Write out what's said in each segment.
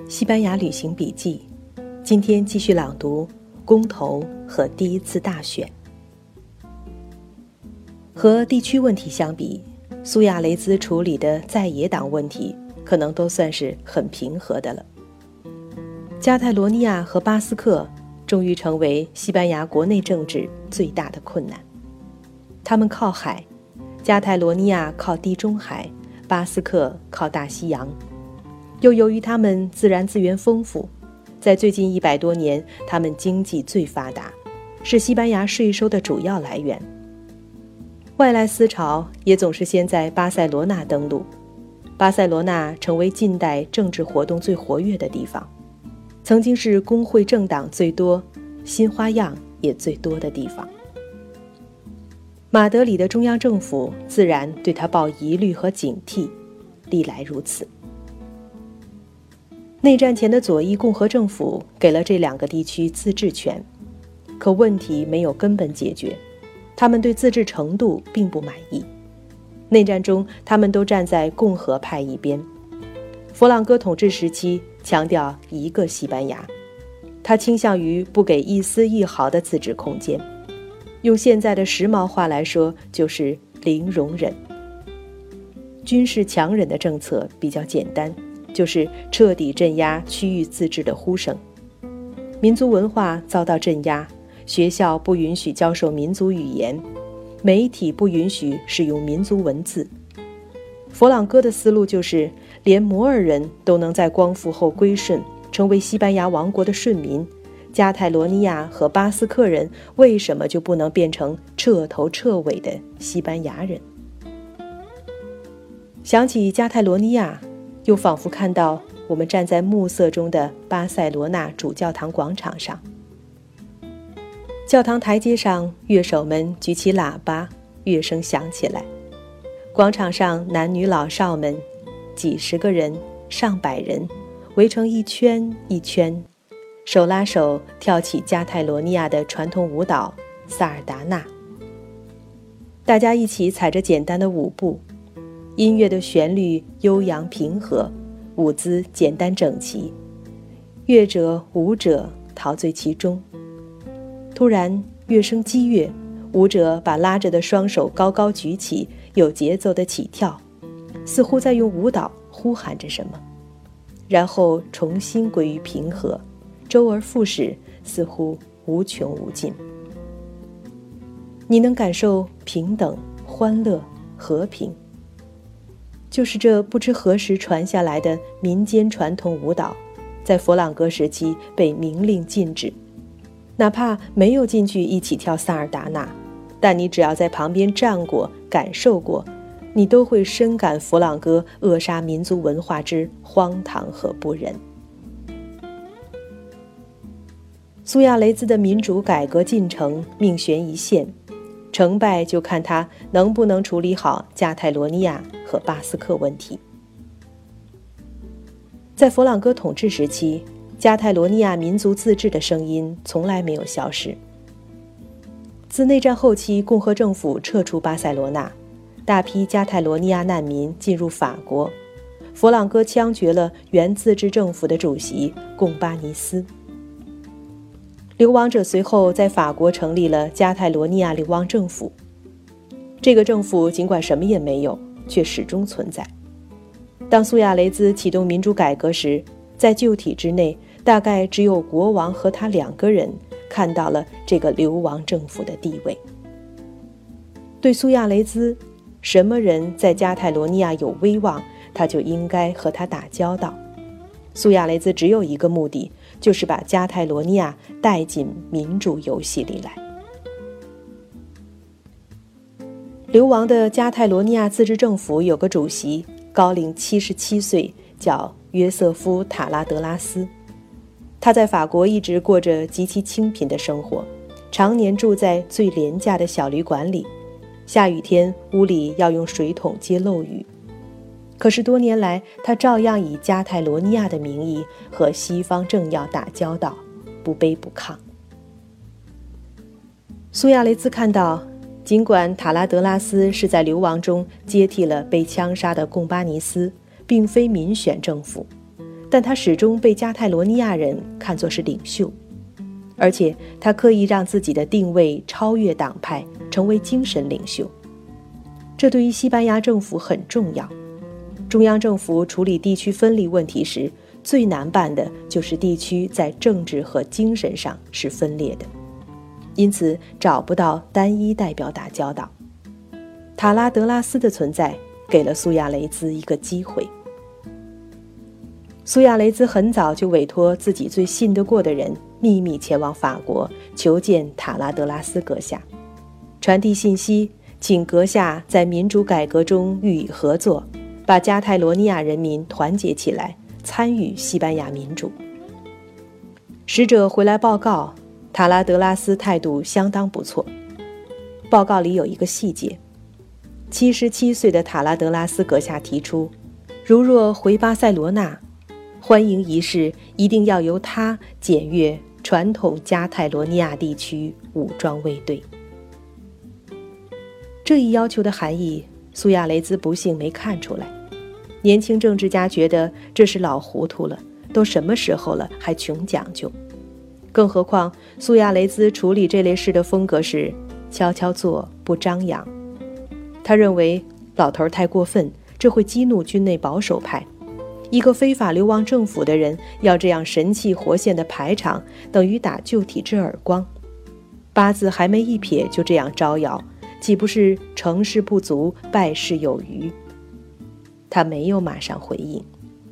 西班牙旅行笔记，今天继续朗读公投和第一次大选。和地区问题相比，苏亚雷兹处理的在野党问题可能都算是很平和的了。加泰罗尼亚和巴斯克终于成为西班牙国内政治最大的困难。他们靠海，加泰罗尼亚靠地中海，巴斯克靠大西洋。又由于他们自然资源丰富，在最近100多年，他们经济最发达，是西班牙税收的主要来源。外来思潮也总是先在巴塞罗那登陆，巴塞罗那成为近代政治活动最活跃的地方，曾经是工会政党最多、新花样也最多的地方。马德里的中央政府自然对他抱疑虑和警惕，历来如此。内战前的左翼共和政府给了这2个地区自治权，可问题没有根本解决，他们对自治程度并不满意。内战中，他们都站在共和派一边。佛朗哥统治时期强调一个西班牙，他倾向于不给一丝一毫的自治空间，用现在的时髦话来说，就是零容忍。军事强忍的政策比较简单，就是彻底镇压区域自治的呼声。民族文化遭到镇压，学校不允许教授民族语言，媒体不允许使用民族文字。佛朗哥的思路就是，连摩尔人都能在光复后归顺，成为西班牙王国的顺民，加泰罗尼亚和巴斯克人为什么就不能变成彻头彻尾的西班牙人？想起加泰罗尼亚，又仿佛看到我们站在暮色中的巴塞罗那主教堂广场上。教堂台阶上，乐手们举起喇叭，乐声响起来。广场上男女老少们，几十个人、上百人，围成一圈一圈，手拉手跳起加泰罗尼亚的传统舞蹈萨尔达纳。大家一起踩着简单的舞步，音乐的旋律悠扬平和，舞姿简单整齐，乐者舞者陶醉其中。突然乐声激越，舞者把拉着的双手高高举起，有节奏的起跳，似乎在用舞蹈呼喊着什么，然后重新归于平和，周而复始，似乎无穷无尽。你能感受平等、欢乐、和平，就是这不知何时传下来的民间传统舞蹈，在佛朗哥时期被明令禁止。哪怕没有进去一起跳萨尔达纳，但你只要在旁边站过、感受过，你都会深感佛朗哥扼杀民族文化之荒唐和不仁。苏亚雷兹的民主改革进程命悬一线，成败就看他能不能处理好加泰罗尼亚和巴斯克问题。在佛朗哥统治时期，加泰罗尼亚民族自治的声音从来没有消失。自内战后期共和政府撤出巴塞罗那，大批加泰罗尼亚难民进入法国，佛朗哥枪决了原自治政府的主席贡巴尼斯。流亡者随后在法国成立了加泰罗尼亚流亡政府，这个政府尽管什么也没有，却始终存在。当苏亚雷兹启动民主改革时，在旧体制内，大概只有国王和他2个人看到了这个流亡政府的地位。对苏亚雷兹，什么人在加泰罗尼亚有威望，他就应该和他打交道。苏亚雷兹只有一个目的，就是把加泰罗尼亚带进民主游戏里来。流亡的加泰罗尼亚自治政府有个主席，高龄77岁，叫约瑟夫·塔拉德拉斯。他在法国一直过着极其清贫的生活，常年住在最廉价的小旅馆里，下雨天屋里要用水桶接漏雨。可是多年来，他照样以加泰罗尼亚的名义和西方政要打交道，不卑不亢。苏亚雷兹看到，尽管塔拉德拉斯是在流亡中接替了被枪杀的贡巴尼斯，并非民选政府， 但他始终被加泰罗尼亚人看作是领袖，而且他刻意让自己的定位超越党派，成为精神领袖。这对于西班牙政府很重要。中央政府处理地区分离问题时，最难办的就是地区在政治和精神上是分裂的，因此找不到单一代表打交道。塔拉德拉斯的存在给了苏亚雷兹一个机会。苏亚雷兹很早就委托自己最信得过的人秘密前往法国，求见塔拉德拉斯阁下，传递信息，请阁下在民主改革中予以合作，把加泰罗尼亚人民团结起来，参与西班牙民主。使者回来报告，塔拉德拉斯态度相当不错。报告里有一个细节，77岁的塔拉德拉斯阁下提出，如若回巴塞罗那，欢迎仪式一定要由他检阅传统加泰罗尼亚地区武装卫队。这一要求的含义，苏亚雷兹不幸没看出来。年轻政治家觉得这是老糊涂了，都什么时候了还穷讲究。更何况苏亚雷兹处理这类事的风格是悄悄做不张扬。他认为老头太过分，这会激怒军内保守派。一个非法流亡政府的人要这样神气活现的排场，等于打旧体制耳光。八字还没一撇就这样招摇，岂不是成事不足败事有余？他没有马上回应。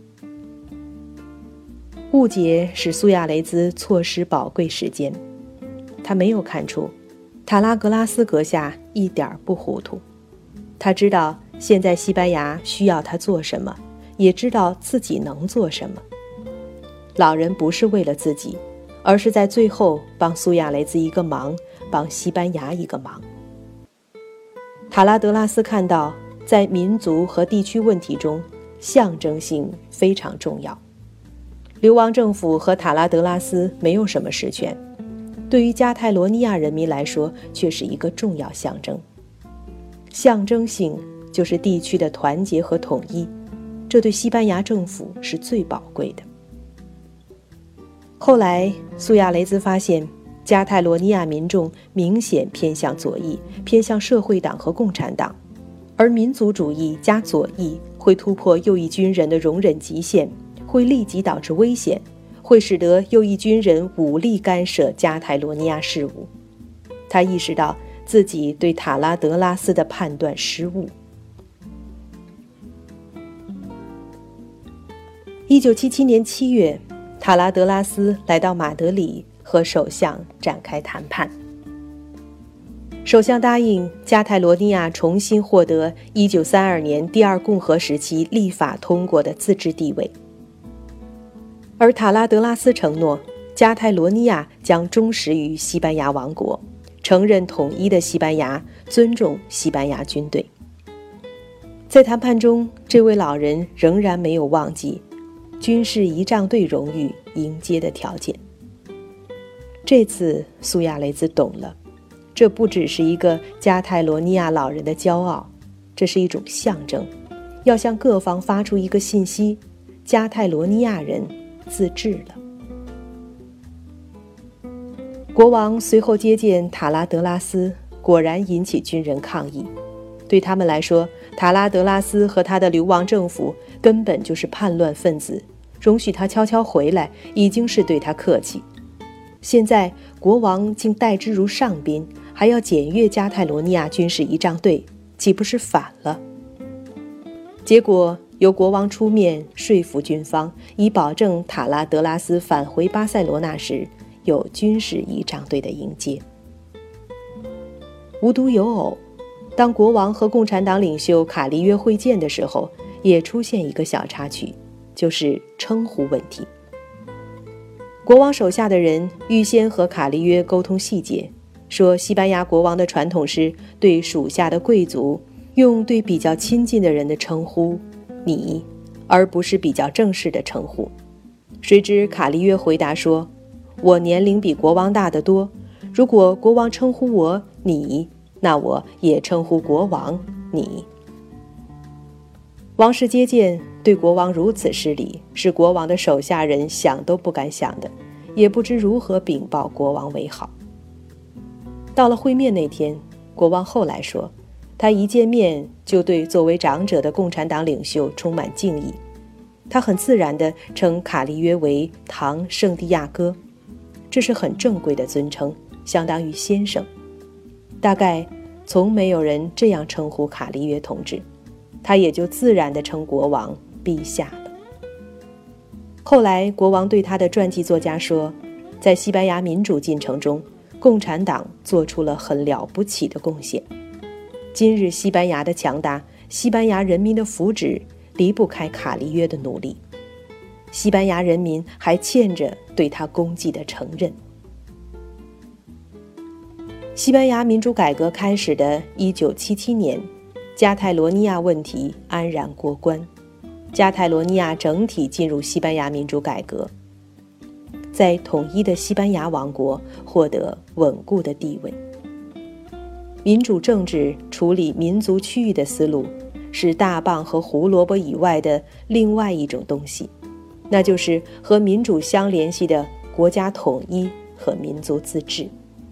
误解使苏亚雷兹错失宝贵时间，他没有看出塔拉格拉斯阁下一点不糊涂。他知道现在西班牙需要他做什么，也知道自己能做什么。老人不是为了自己，而是在最后帮苏亚雷兹一个忙，帮西班牙一个忙。塔拉德拉斯看到，在民族和地区问题中，象征性非常重要。流亡政府和塔拉德拉斯没有什么实权，对于加泰罗尼亚人民来说却是一个重要象征。象征性就是地区的团结和统一，这对西班牙政府是最宝贵的。后来苏亚雷兹发现，加泰罗尼亚民众明显偏向左翼，偏向社会党和共产党，而民族主义加左翼会突破右翼军人的容忍极限，会立即导致危险，会使得右翼军人武力干涉加泰罗尼亚事务。他意识到自己对塔拉德拉斯的判断失误。1977年7月，塔拉德拉斯来到马德里和首相展开谈判。首相答应加泰罗尼亚重新获得1932年第二共和时期立法通过的自治地位，而塔拉德拉斯承诺加泰罗尼亚将忠实于西班牙王国，承认统一的西班牙，尊重西班牙军队。在谈判中，这位老人仍然没有忘记军事仪仗队荣誉迎接的条件。这次苏亚雷兹懂了，这不只是一个加泰罗尼亚老人的骄傲，这是一种象征，要向各方发出一个信息：加泰罗尼亚人自治了。国王随后接见塔拉德拉斯，果然引起军人抗议。对他们来说，塔拉德拉斯和他的流亡政府根本就是叛乱分子，容许他悄悄回来已经是对他客气。现在国王竟待之如上宾，还要检阅加泰罗尼亚军事仪仗队，岂不是反了？结果由国王出面说服军方，以保证塔拉德拉斯返回巴塞罗那时有军事仪仗队的迎接。无独有偶，当国王和共产党领袖卡利约会见的时候，也出现一个小插曲，就是称呼问题。国王手下的人预先和卡利约沟通细节，说西班牙国王的传统是对属下的贵族用对比较亲近的人的称呼你，而不是比较正式的称呼。谁知卡利约回答说，我年龄比国王大得多，如果国王称呼我你，那我也称呼国王你。 王室接见对国王如此失礼，是国王的手下人想都不敢想的，也不知如何禀报国王为好。到了会面那天，国王后来说，他一见面就对作为长者的共产党领袖充满敬意，他很自然地称卡利约为唐圣地亚哥，这是很正规的尊称，相当于先生。大概从没有人这样称呼卡利约同志，他也就自然地称国王陛下了。后来国王对他的传记作家说，在西班牙民主进程中，共产党做出了很了不起的贡献。今日西班牙的强大，西班牙人民的福祉离不开卡利约的努力，西班牙人民还欠着对他功绩的承认。西班牙民主改革开始的1977年，加泰罗尼亚问题安然过关，加泰罗尼亚整体进入西班牙民主改革，在统一的西班牙王国获得稳固的地位。民主政治处理民族区域的思路是大棒和胡萝卜以外的另外一种东西，那就是和民主相联系的国家统一和民族自治。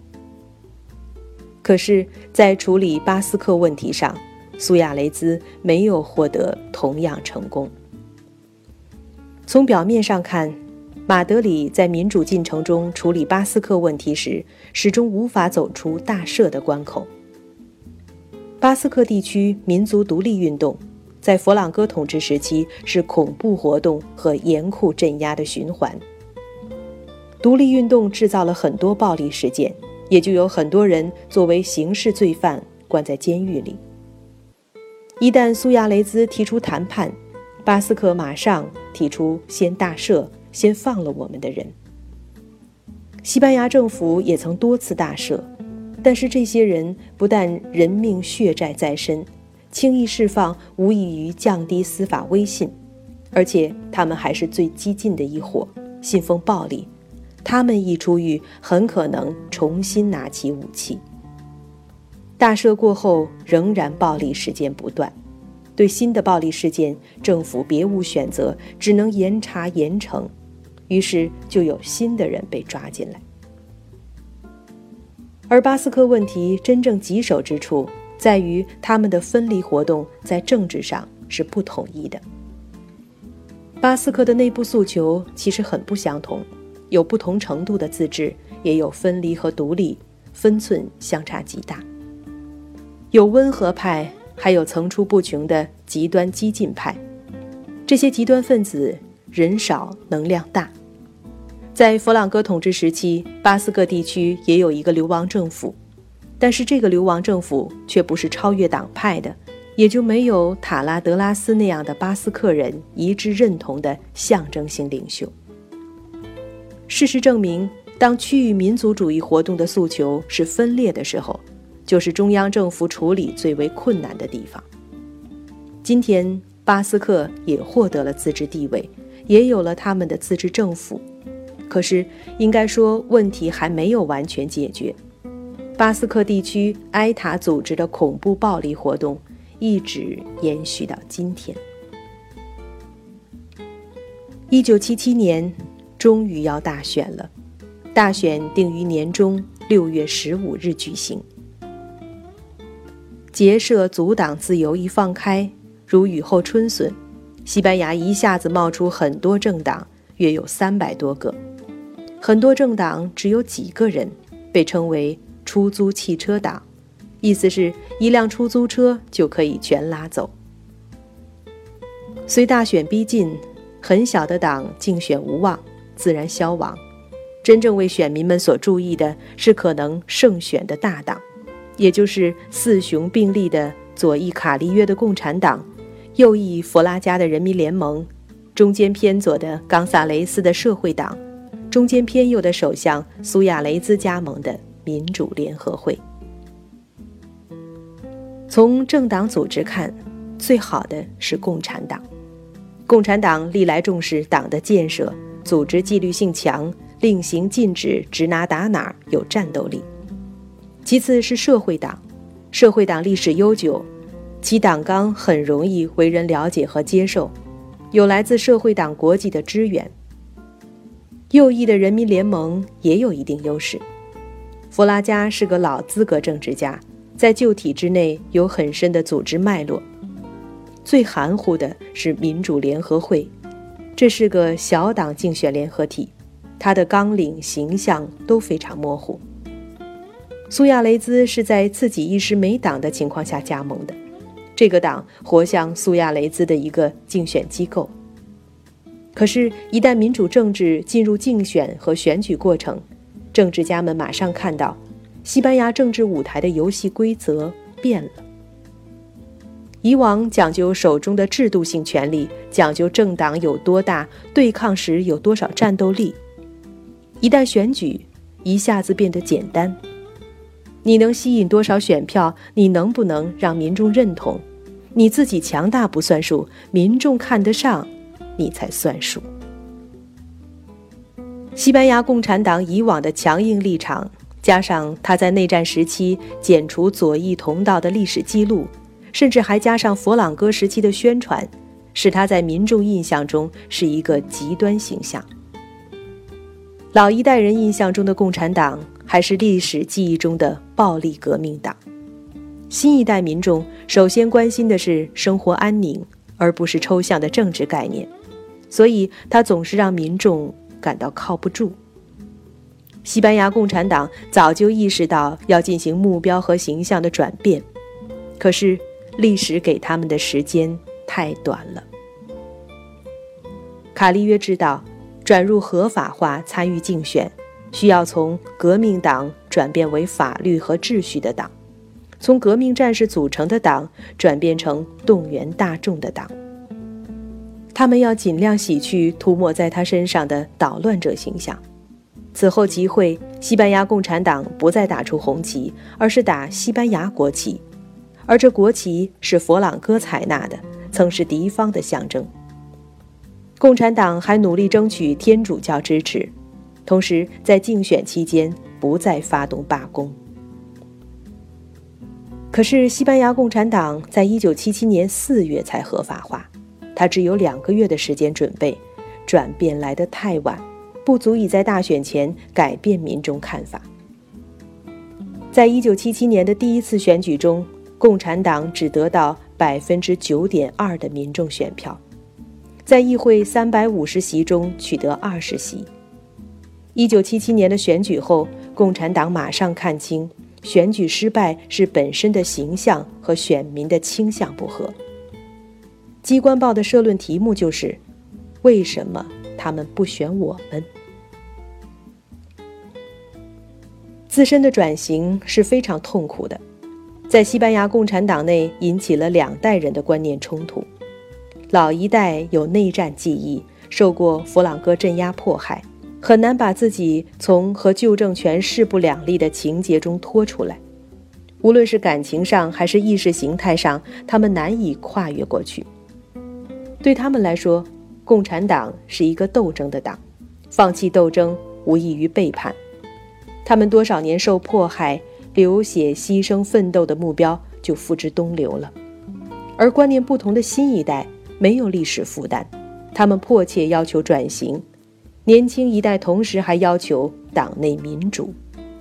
可是在处理巴斯克问题上，苏亚雷兹没有获得同样成功。从表面上看，马德里在民主进程中处理巴斯克问题时，始终无法走出大赦的关口。巴斯克地区民族独立运动在佛朗哥统治时期是恐怖活动和严酷镇压的循环。独立运动制造了很多暴力事件，也就有很多人作为刑事罪犯关在监狱里。一旦苏亚雷兹提出谈判，巴斯克马上提出先大赦，先放了我们的人。西班牙政府也曾多次大赦，但是这些人不但人命血债在身，轻易释放无异于降低司法威信，而且他们还是最激进的一伙，信奉暴力。他们一出狱，很可能重新拿起武器。大赦过后，仍然暴力事件不断。对新的暴力事件，政府别无选择，只能严查严惩。于是就有新的人被抓进来。而巴斯克问题真正棘手之处，在于他们的分离活动在政治上是不统一的。巴斯克的内部诉求其实很不相同，有不同程度的自治，也有分离和独立，分寸相差极大。有温和派，还有层出不穷的极端激进派。这些极端分子人少能量大。在佛朗哥统治时期，巴斯克地区也有一个流亡政府，但是这个流亡政府却不是超越党派的，也就没有塔拉德拉斯那样的巴斯克人一致认同的象征性领袖。事实证明，当区域民族主义活动的诉求是分裂的时候，就是中央政府处理最为困难的地方。今天巴斯克也获得了自治地位，也有了他们的自治政府，可是应该说问题还没有完全解决。巴斯克地区埃塔组织的恐怖暴力活动一直延续到今天。1977年终于要大选了，大选定于年中6月15日举行。结社阻挡自由一放开，如雨后春笋，西班牙一下子冒出很多政党，约有300多个。很多政党只有几个人，被称为出租汽车党，意思是一辆出租车就可以全拉走。随大选逼近，很小的党竞选无望，自然消亡。真正为选民们所注意的是可能胜选的大党，也就是四雄并立的左翼卡利约的共产党，右翼佛拉加的人民联盟，中间偏左的冈萨雷斯的社会党，中间偏右的首相苏亚雷兹加盟的民主联合会。从政党组织看，最好的是共产党。共产党历来重视党的建设，组织纪律性强，令行禁止，指哪打哪，有战斗力。其次是社会党，社会党历史悠久， 其党纲很容易为人了解和接受，有来自社会党国际的支援。右翼的人民联盟也有一定优势。弗拉加是个老资格政治家，在旧体制内有很深的组织脉络。最含糊的是民主联合会，这是个小党竞选联合体，它的纲领形象都非常模糊。苏亚雷兹是在自己一时没党的情况下加盟的，这个党活像苏亚雷兹的一个竞选机构。可是，一旦民主政治进入竞选和选举过程，政治家们马上看到，西班牙政治舞台的游戏规则变了。以往讲究手中的制度性权力，讲究政党有多大，对抗时有多少战斗力。一旦选举，一下子变得简单。你能吸引多少选票，你能不能让民众认同，你自己强大不算数，民众看得上，你才算数。西班牙共产党以往的强硬立场，加上他在内战时期剪除左翼同道的历史记录，甚至还加上佛朗哥时期的宣传，使他在民众印象中是一个极端形象。老一代人印象中的共产党还是历史记忆中的暴力革命党，新一代民众首先关心的是生活安宁，而不是抽象的政治概念，所以他总是让民众感到靠不住。西班牙共产党早就意识到要进行目标和形象的转变，可是历史给他们的时间太短了。卡利约知道，转入合法化参与竞选，需要从革命党转变为法律和秩序的党，从革命战士组成的党转变成动员大众的党。他们要尽量洗去涂抹在他身上的捣乱者形象。此后集会，西班牙共产党不再打出红旗，而是打西班牙国旗，而这国旗是佛朗哥采纳的，曾是敌方的象征。共产党还努力争取天主教支持，同时在竞选期间不再发动罢工。可是西班牙共产党在1977年4月才合法化，他只有2个月的时间准备，转变来得太晚，不足以在大选前改变民众看法。在1977年的第一次选举中，共产党只得到 9.2% 的民众选票，在议会350席中取得20席。1977年的选举后，共产党马上看清，选举失败是本身的形象和选民的倾向不合。机关报的社论题目就是“为什么他们不选我们”。自身的转型是非常痛苦的，在西班牙共产党内引起了2代人的观念冲突。老一代有内战记忆，受过佛朗哥镇压迫害，很难把自己从和旧政权势不两立的情节中拖出来。无论是感情上还是意识形态上，他们难以跨越过去。对他们来说，共产党是一个斗争的党，放弃斗争无异于背叛。他们多少年受迫害、流血牺牲奋斗的目标就付之东流了。而观念不同的新一代没有历史负担，他们迫切要求转型，年轻一代同时还要求党内民主。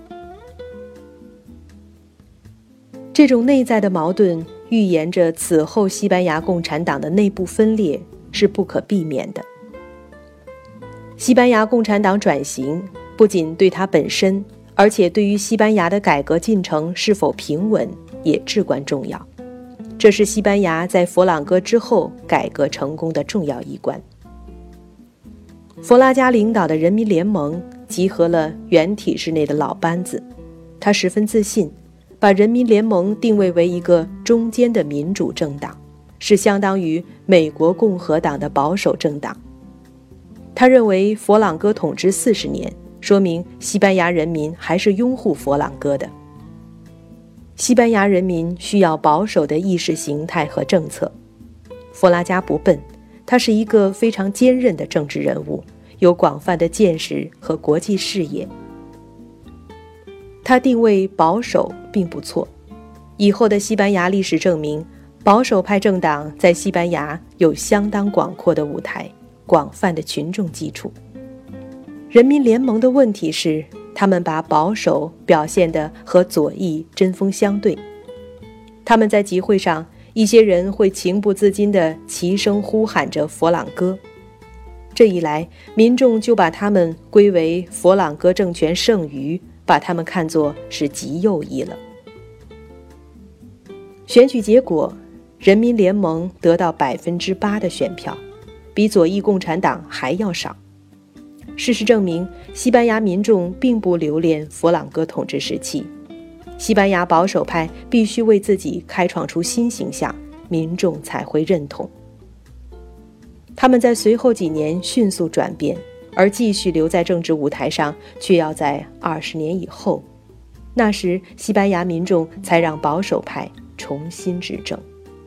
这种内在的矛盾预言着此后西班牙共产党的内部分裂是不可避免的。西班牙共产党转型不仅对它本身，而且对于西班牙的改革进程是否平稳也至关重要。这是西班牙在佛朗哥之后改革成功的重要一关。佛拉加领导的人民联盟集合了原体制内的老班子，他十分自信，把人民联盟定位为一个中间的民主政党，是相当于美国共和党的保守政党。他认为佛朗哥统治40年，说明西班牙人民还是拥护佛朗哥的。西班牙人民需要保守的意识形态和政策。佛拉加不笨，他是一个非常坚韧的政治人物，有广泛的见识和国际视野。他定位保守并不错。以后的西班牙历史证明， 保守派政党在西班牙有相当广阔的舞台，广泛的群众基础。人民联盟的问题是，他们把保守表现得和左翼针锋相对。他们在集会上，一些人会情不自禁地齐声呼喊着佛朗哥，这一来，民众就把他们归为佛朗哥政权剩余，把他们看作是极右翼了。选举结果，人民联盟得到8%的选票，比左翼共产党还要少。事实证明，西班牙民众并不留恋佛朗哥统治时期，西班牙保守派必须为自己开创出新形象，民众才会认同。他们在随后几年迅速转变，而继续留在政治舞台上，却要在20年以后，那时西班牙民众才让保守派重新执政。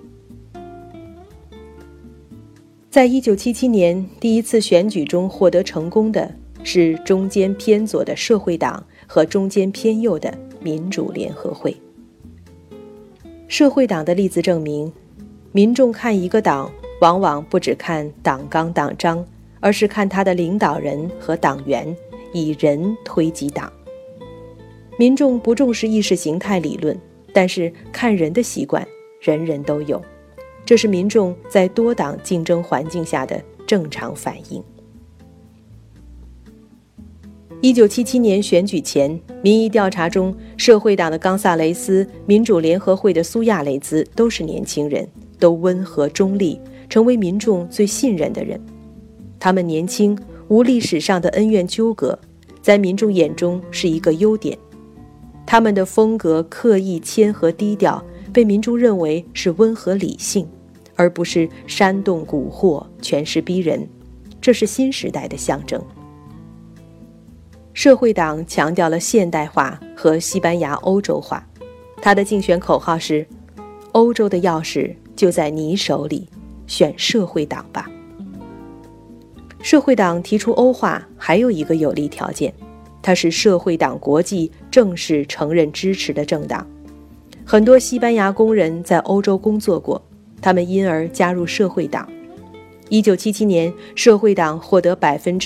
在1977年第一次选举中获得成功的是中间偏左的社会党和中间偏右的民主联合会。社会党的例子证明，民众看一个党往往不只看党纲党章，而是看他的领导人和党员，以人推己党。民众不重视意识形态理论，但是看人的习惯人人都有，这是民众在多党竞争环境下的正常反应。1977年选举前，民意调查中，社会党的冈萨雷斯、民主联合会的苏亚雷兹都是年轻人，都温和中立，成为民众最信任的人。他们年轻，无历史上的恩怨纠葛，在民众眼中是一个优点。他们的风格刻意谦和低调，被民众认为是温和理性，而不是煽动蛊惑、权势逼人，这是新时代的象征。社会党强调了现代化和西班牙欧洲化，他的竞选口号是：欧洲的钥匙就在你手里，选社会党吧。社会党提出欧化还有一个有利条件，它是社会党国际正式承认支持的政党。很多西班牙工人在欧洲工作过，他们因而加入社会党。1977年，社会党获得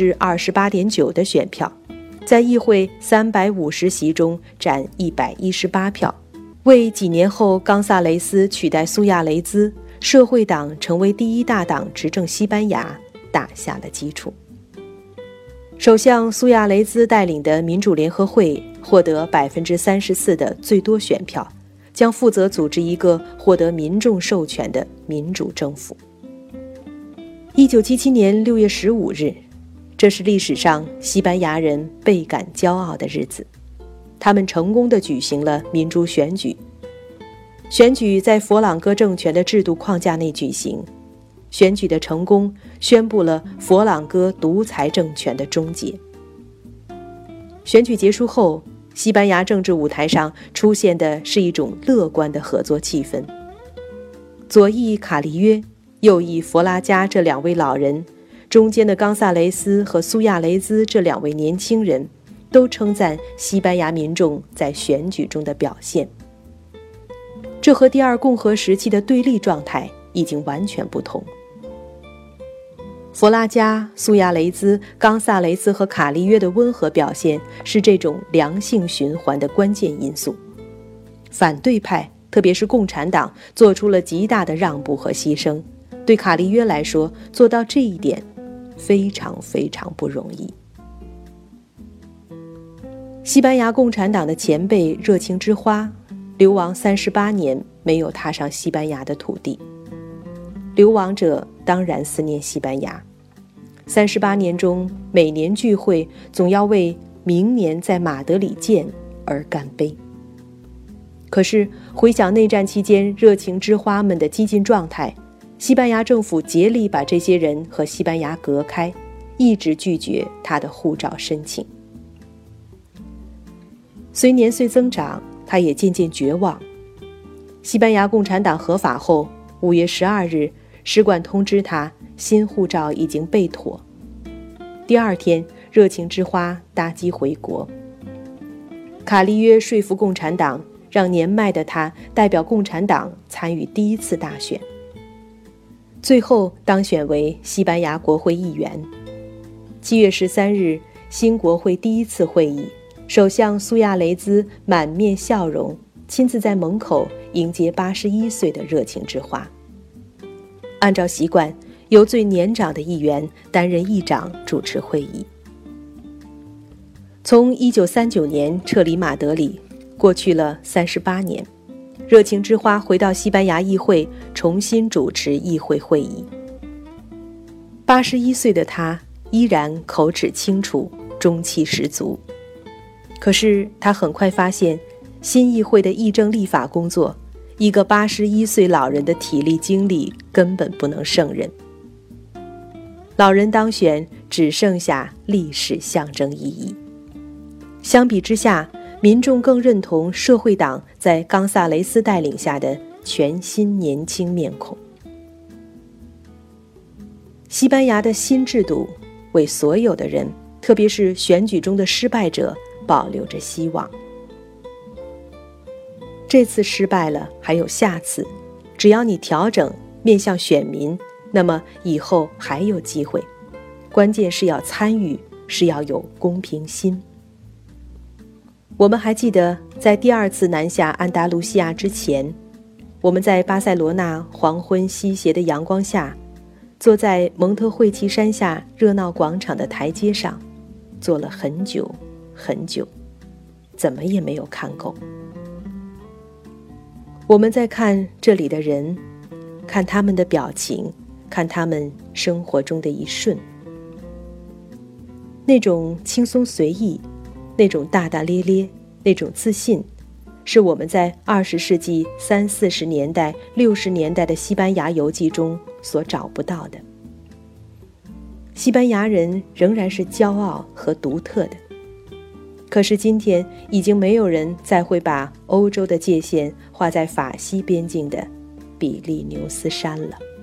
28.9% 的选票，在议会350席中占118票，为几年后冈萨雷斯取代苏亚雷兹，社会党成为第一大党执政西班牙打下了基础。首相苏亚雷兹带领的民主联合会获得 34% 的最多选票，将负责组织一个获得民众授权的民主政府。1977年6月15日，这是历史上西班牙人倍感骄傲的日子，他们成功地举行了民主选举。选举在佛朗哥政权的制度框架内举行，选举的成功宣布了佛朗哥独裁政权的终结。选举结束后，西班牙政治舞台上出现的是一种乐观的合作气氛。左翼卡利约，右翼佛拉加这两位老人，中间的冈萨雷斯和苏亚雷兹这两位年轻人，都称赞西班牙民众在选举中的表现。这和第二共和时期的对立状态已经完全不同。佛拉加、苏亚雷兹、冈萨雷斯和卡利约的温和表现是这种良性循环的关键因素。反对派，特别是共产党，做出了极大的让步和牺牲。对卡利约来说，做到这一点非常非常不容易。西班牙共产党的前辈热情之花流亡38年，没有踏上西班牙的土地。流亡者当然思念西班牙。38年中，每年聚会总要为明年在马德里见而干杯。可是回想内战期间热情之花们的激进状态，西班牙政府竭力把这些人和西班牙隔开，一直拒绝他的护照申请。随年岁增长，他也渐渐绝望。西班牙共产党合法后，5月12日，使馆通知他新护照已经备妥。第二天，热情之花搭机回国。卡利约说服共产党， 让年迈的他代表共产党参与第一次大选，最后当选为西班牙国会议员。7月13日，新国会第一次会议，首相苏亚雷兹满面笑容，亲自在门口迎接81岁的热情之花。按照习惯，由最年长的议员担任议长主持会议。从1939年撤离马德里，过去了38年，热情之花回到西班牙议会，重新主持议会会议。81岁的他依然口齿清楚，中气十足。可是他很快发现，新议会的议政立法工作，一个81岁老人的体力精力根本不能胜任。老人当选只剩下历史象征意义。相比之下，民众更认同社会党在冈萨雷斯带领下的全新年轻面孔。西班牙的新制度为所有的人，特别是选举中的失败者，保留着希望。这次失败了，还有下次，只要你调整，面向选民，那么以后还有机会。关键是要参与，是要有公平心。我们还记得，在第二次南下安达卢西亚之前，我们在巴塞罗那黄昏西斜的阳光下，坐在蒙特惠奇山下热闹广场的台阶上，坐了很久很久，怎么也没有看够。我们在看这里的人，看他们的表情，看他们生活中的一瞬，那种轻松随意，那种大大咧咧，那种自信，是我们在20世纪30、40年代、60年代的西班牙游记中所找不到的。西班牙人仍然是骄傲和独特的，可是今天已经没有人再会把欧洲的界限画在法西边境的比利牛斯山了。